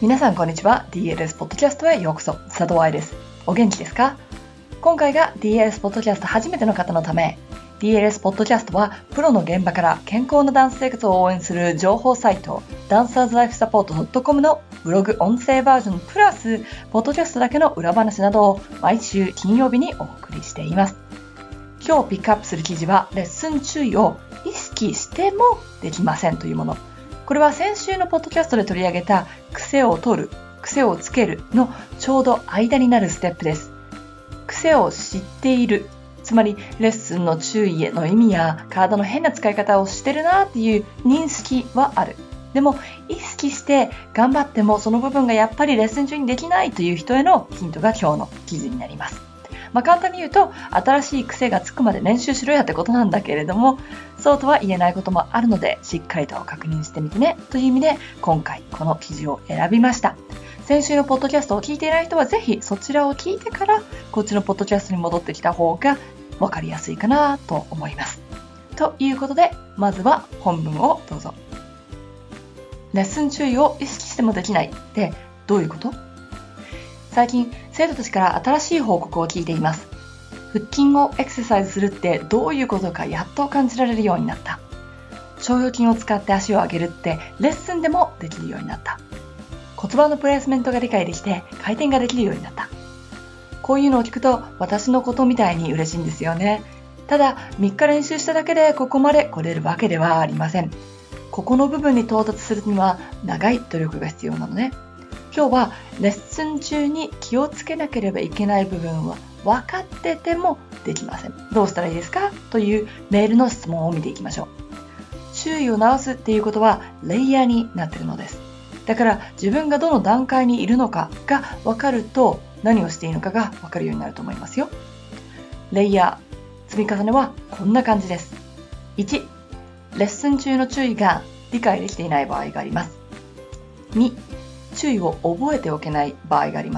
皆さんこんにちは。 DLS ポッドキャストへようこそ。佐藤愛です。お元気ですか？今回が DLS ポッドキャスト初めての方のため、 DLS ポッドキャストはプロの現場から健康なダンス生活を応援する情報サイトダンサーズライフサポート .com のブログ音声バージョンプラスポッドキャストだけの裏話などを毎週金曜日にお送りしています。今日ピックアップする記事はレッスン注意を意識してもできませんというもの。これは先週のポッドキャストで取り上げた癖を取る、癖をつけるのちょうど間になるステップです。癖を知っている、つまりレッスンの注意への意味や体の変な使い方をしてるなっていう認識はある。でも意識して頑張ってもその部分がやっぱりレッスン中にできないという人へのヒントが今日の記事になります。簡単に言うと新しい癖がつくまで練習しろやってことなんだけれども、そうとは言えないこともあるのでしっかりと確認してみてねという意味で今回この記事を選びました。先週のポッドキャストを聞いていない人はぜひそちらを聞いてからこっちのポッドキャストに戻ってきた方が分かりやすいかなと思います。ということでまずは本文をどうぞ。レッスン注意を意識してもできないってどういうこと？最近生徒たちから新しい報告を聞いています。腹筋をエクササイズするってどういうことかやっと感じられるようになった。腸腰筋を使って足を上げるってレッスンでもできるようになった。骨盤のプレイスメントが理解できて回転ができるようになった。こういうのを聞くと私のことみたいに嬉しいんですよね。ただ3日練習しただけでここまで来れるわけではありません。ここの部分に到達するには長い努力が必要なのね。今日はレッスン中に気をつけなければいけない部分は分かっててもできません。どうしたらいいですか？というメールの質問を見ていきましょう。注意を直すっていうことはレイヤーになっているのです。だから自分がどの段階にいるのかが分かると何をしていいのかが分かるようになると思いますよ。レイヤー、積み重ねはこんな感じです。1、レッスン中の注意が理解できていない場合があります。2、注意を覚えておけない場合があります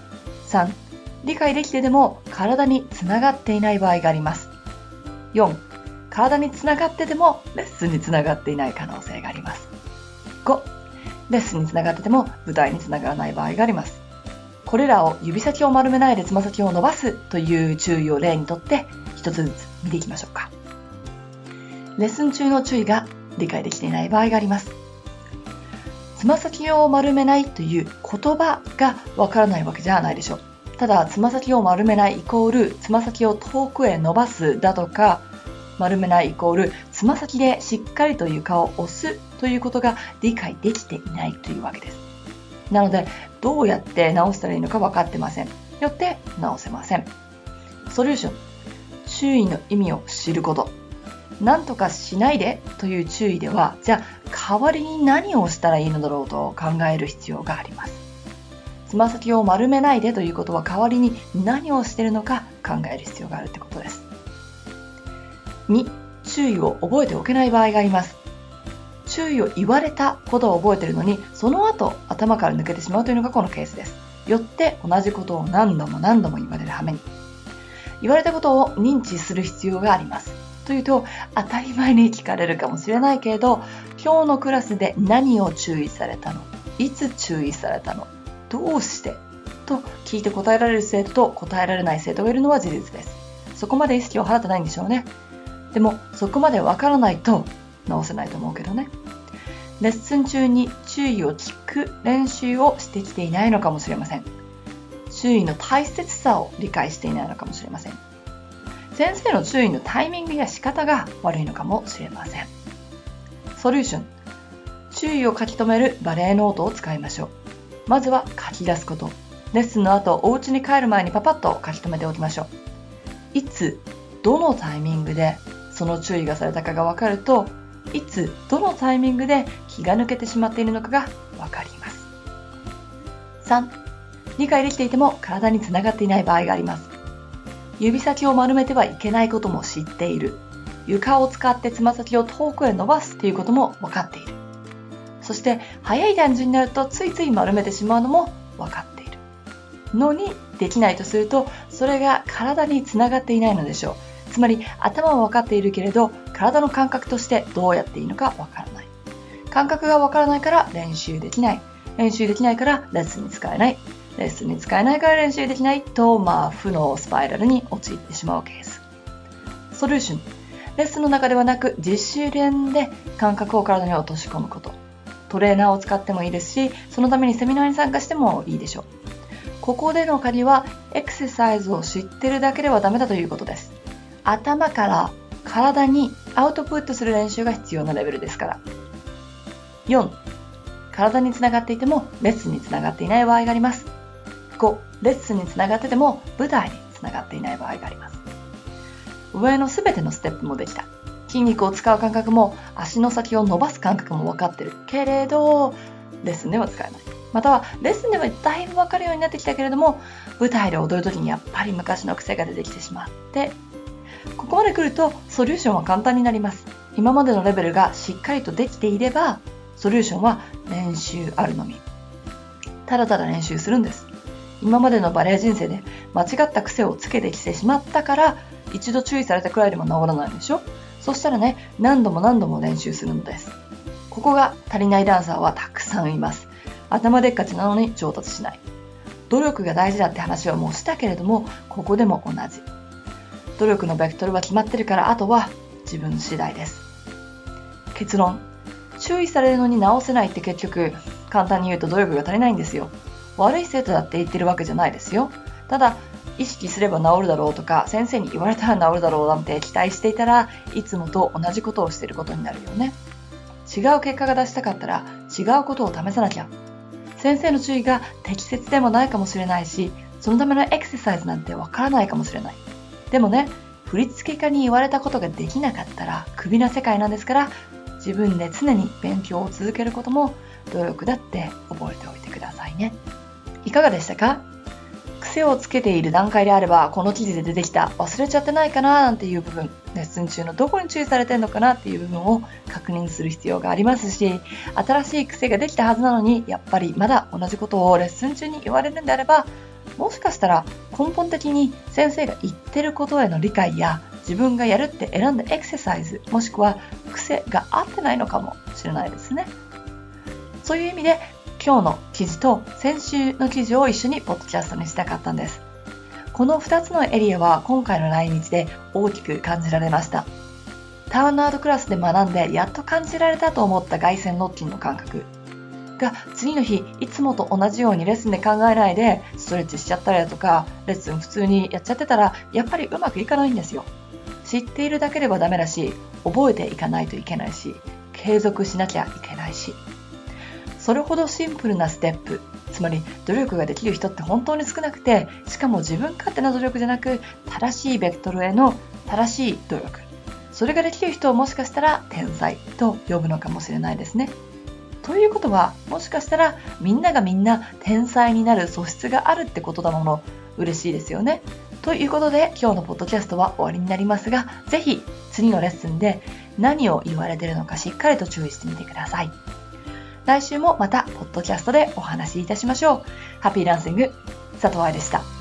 。3、理解できてでも体につながっていない場合があります。4、体につながってでもレッスンにつながっていない可能性があります。5、レッスンにつながってても舞台につながらない場合があります。これらを指先を丸めないでつま先を伸ばすという注意を例にとって一つずつ見ていきましょうか。レッスン中の注意が理解できていない場合があります。つま先を丸めないという言葉がわからないわけじゃないでしょう。ただつま先を丸めないイコールつま先を遠くへ伸ばすだとか、丸めないイコールつま先でしっかりと床を押すということが理解できていないというわけです。なのでどうやって直したらいいのか分かってません。よって直せません。ソリューション、注意の意味を知ること。なんとかしないでという注意では、じゃあ代わりに何をしたらいいのだろうと考える必要があります。つま先を丸めないでということは代わりに何をしているのか考える必要があるってことです。2、注意を覚えておけない場合があります。注意を言われたことを覚えているのにその後頭から抜けてしまうというのがこのケースです。よって同じことを何度も何度も言われる羽目に。言われたことを認知する必要があります。というと当たり前に聞かれるかもしれないけれど、今日のクラスで何を注意されたの？いつ注意されたの？どうして？と聞いて答えられる生徒と答えられない生徒がいるのは事実です。そこまで意識を払ってないんでしょうね。でもそこまでわからないと直せないと思うけどね。レッスン中に注意を聞く練習をしてきていないのかもしれません。注意の大切さを理解していないのかもしれません。先生の注意のタイミングや仕方が悪いのかもしれません。ソリューション、注意を書き留めるバレエノートを使いましょう。まずは書き出すこと。レッスンの後お家に帰る前にパパッと書き留めておきましょう。いつどのタイミングでその注意がされたかが分かると、いつどのタイミングで気が抜けてしまっているのかが分かります。3、理解できていても体につながっていない場合があります。指先を丸めてはいけないことも知っている。床を使ってつま先を遠くへ伸ばすということも分かっている。そして早い段階になるとついつい丸めてしまうのも分かっているのにできないとすると、それが体につながっていないのでしょう。つまり頭は分かっているけれど体の感覚としてどうやっていいのか分からない。感覚が分からないから練習できない。 練習できないからレッスンに使えない。レッスンに使えないから練習できないと、負のスパイラルに陥ってしまうケース。ソリューション。レッスンの中ではなく実習練で感覚を体に落とし込むこと。トレーナーを使ってもいいですし、そのためにセミナーに参加してもいいでしょう。ここでの鍵はエクササイズを知ってるだけではダメだということです。頭から体にアウトプットする練習が必要なレベルですから。4、体につながっていてもレッスンにつながっていない場合があります。5、レッスンにつながってても舞台につながっていない場合があります。上のすべてのステップもできた。筋肉を使う感覚も足の先を伸ばす感覚も分かってるけれど、レッスンでは使えない。またはレッスンではだいぶ分かるようになってきたけれども、舞台で踊るときにやっぱり昔の癖が出てきてしまって、ここまで来るとソリューションは簡単になります。今までのレベルがしっかりとできていれば、ソリューションは練習あるのみ。ただただ練習するんです。今までのバレエ人生で間違った癖をつけてきてしまったから、一度注意されたくらいでも治らないでしょ。そしたらね、何度も何度も練習するのです。ここが足りないダンサーはたくさんいます。頭でっかちなのに上達しない。努力が大事だって話はもうしたけれども、ここでも同じ。努力のベクトルは決まってるから、あとは自分次第です。結論。注意されるのに直せないって結局、簡単に言うと努力が足りないんですよ。悪い生徒だって言ってるわけじゃないですよ。ただ、意識すれば治るだろうとか、先生に言われたら治るだろうなんて期待していたらいつもと同じことをしていることになるよね。違う結果が出したかったら違うことを試さなきゃ。先生の注意が適切でもないかもしれないし、そのためのエクササイズなんてわからないかもしれない。でもね、振付家に言われたことができなかったらクビな世界なんですから、自分で常に勉強を続けることも努力だって覚えておいてくださいね。いかがでしたか？癖をつけている段階であれば、この記事で出てきた忘れちゃってないかななんていう部分、レッスン中のどこに注意されてるのかなっていう部分を確認する必要がありますし、新しい癖ができたはずなのに、やっぱりまだ同じことをレッスン中に言われるんであれば、もしかしたら根本的に先生が言ってることへの理解や、自分がやるって選んだエクササイズ、もしくは癖が合ってないのかもしれないですね。そういう意味で、今日の記事と先週の記事を一緒にポッドキャストにしたかったんです。この2つのエリアは今回の来日で大きく感じられました。ターンアウトクラスで学んでやっと感じられたと思った外旋ロッキンの感覚が、次の日いつもと同じようにレッスンで考えないでストレッチしちゃったりだとか、レッスン普通にやっちゃってたらやっぱりうまくいかないんですよ。知っているだけではダメだし、覚えていかないといけないし、継続しなきゃいけないし、それほどシンプルなステップ、つまり努力ができる人って本当に少なくて、しかも自分勝手な努力じゃなく、正しいベクトルへの正しい努力、それができる人をもしかしたら天才と呼ぶのかもしれないですね。ということは、もしかしたらみんながみんな天才になる素質があるってことだもの。嬉しいですよね。ということで今日のポッドキャストは終わりになりますが、ぜひ次のレッスンで何を言われているのかしっかりと注意してみてください。来週もまたポッドキャストでお話しいたしましょう。ハッピーダンシング、佐藤愛でした。